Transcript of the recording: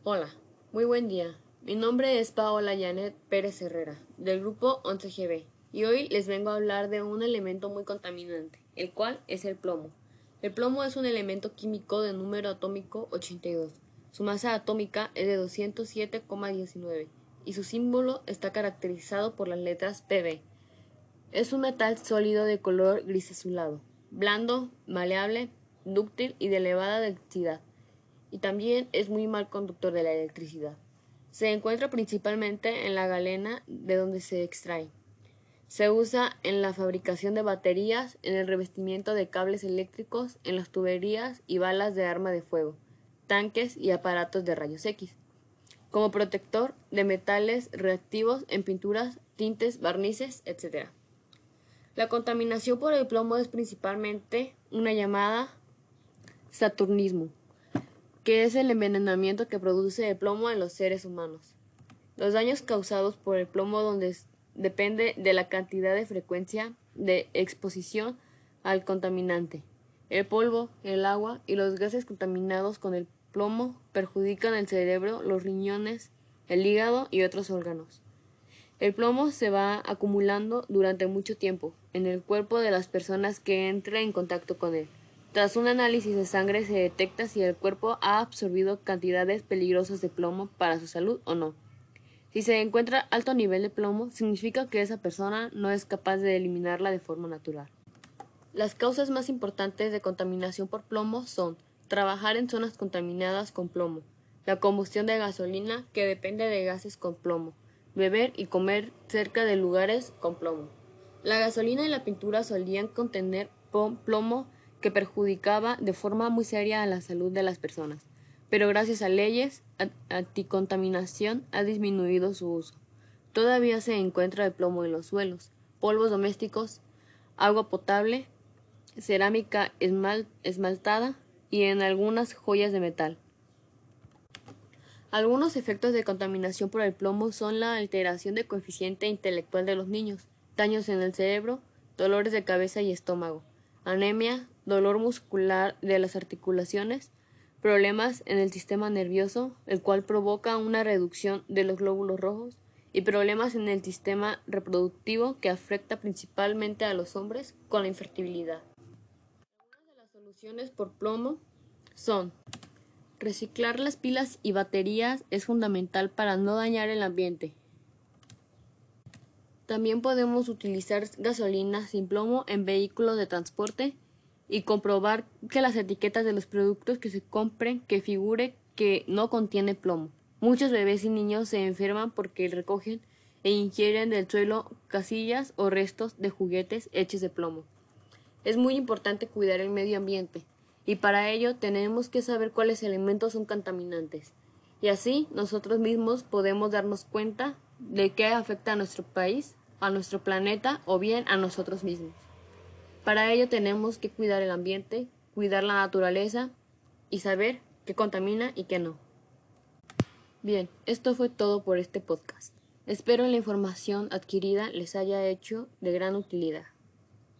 Hola, muy buen día. Mi nombre es Paola Janet Pérez Herrera, del grupo 11GB, y hoy les vengo a hablar de un elemento muy contaminante, el cual es el plomo. El plomo es un elemento químico de número atómico 82. Su masa atómica es de 207,19 y su símbolo está caracterizado por las letras Pb. Es un metal sólido de color gris azulado, blando, maleable, dúctil y de elevada densidad, y también es muy mal conductor de la electricidad. Se encuentra principalmente en la galena de donde se extrae. Se usa en la fabricación de baterías, en el revestimiento de cables eléctricos, en las tuberías y balas de arma de fuego, tanques y aparatos de rayos X. Como protector de metales reactivos en pinturas, tintes, barnices, etc. La contaminación por el plomo es principalmente una llamada saturnismo, que es el envenenamiento que produce el plomo en los seres humanos. Los daños causados por el plomo depende de la cantidad de frecuencia de exposición al contaminante. El polvo, el agua y los gases contaminados con el plomo perjudican el cerebro, los riñones, el hígado y otros órganos. El plomo se va acumulando durante mucho tiempo en el cuerpo de las personas que entran en contacto con él. Tras un análisis de sangre se detecta si el cuerpo ha absorbido cantidades peligrosas de plomo para su salud o no. Si se encuentra alto nivel de plomo, significa que esa persona no es capaz de eliminarla de forma natural. Las causas más importantes de contaminación por plomo son trabajar en zonas contaminadas con plomo, la combustión de gasolina que depende de gases con plomo, beber y comer cerca de lugares con plomo. La gasolina y la pintura solían contener plomo que perjudicaba de forma muy seria a la salud de las personas, pero gracias a leyes anticontaminación ha disminuido su uso. Todavía se encuentra el plomo en los suelos, polvos domésticos, agua potable, cerámica esmaltada y en algunas joyas de metal. Algunos efectos de contaminación por el plomo son la alteración del coeficiente intelectual de los niños, daños en el cerebro, dolores de cabeza y estómago, anemia, dolor muscular de las articulaciones, problemas en el sistema nervioso, el cual provoca una reducción de los glóbulos rojos, y problemas en el sistema reproductivo que afecta principalmente a los hombres con la infertilidad. Algunas de las soluciones por plomo son: reciclar las pilas y baterías es fundamental para no dañar el ambiente. También podemos utilizar gasolina sin plomo en vehículos de transporte y comprobar que las etiquetas de los productos que se compren que figure que no contiene plomo. Muchos bebés y niños se enferman porque recogen e ingieren del suelo casillas o restos de juguetes hechos de plomo. Es muy importante cuidar el medio ambiente, y para ello tenemos que saber cuáles elementos son contaminantes, y así nosotros mismos podemos darnos cuenta de qué afecta a nuestro país, a nuestro planeta o bien a nosotros mismos. Para ello tenemos que cuidar el ambiente, cuidar la naturaleza y saber qué contamina y qué no. Bien, esto fue todo por este podcast. Espero la información adquirida les haya hecho de gran utilidad.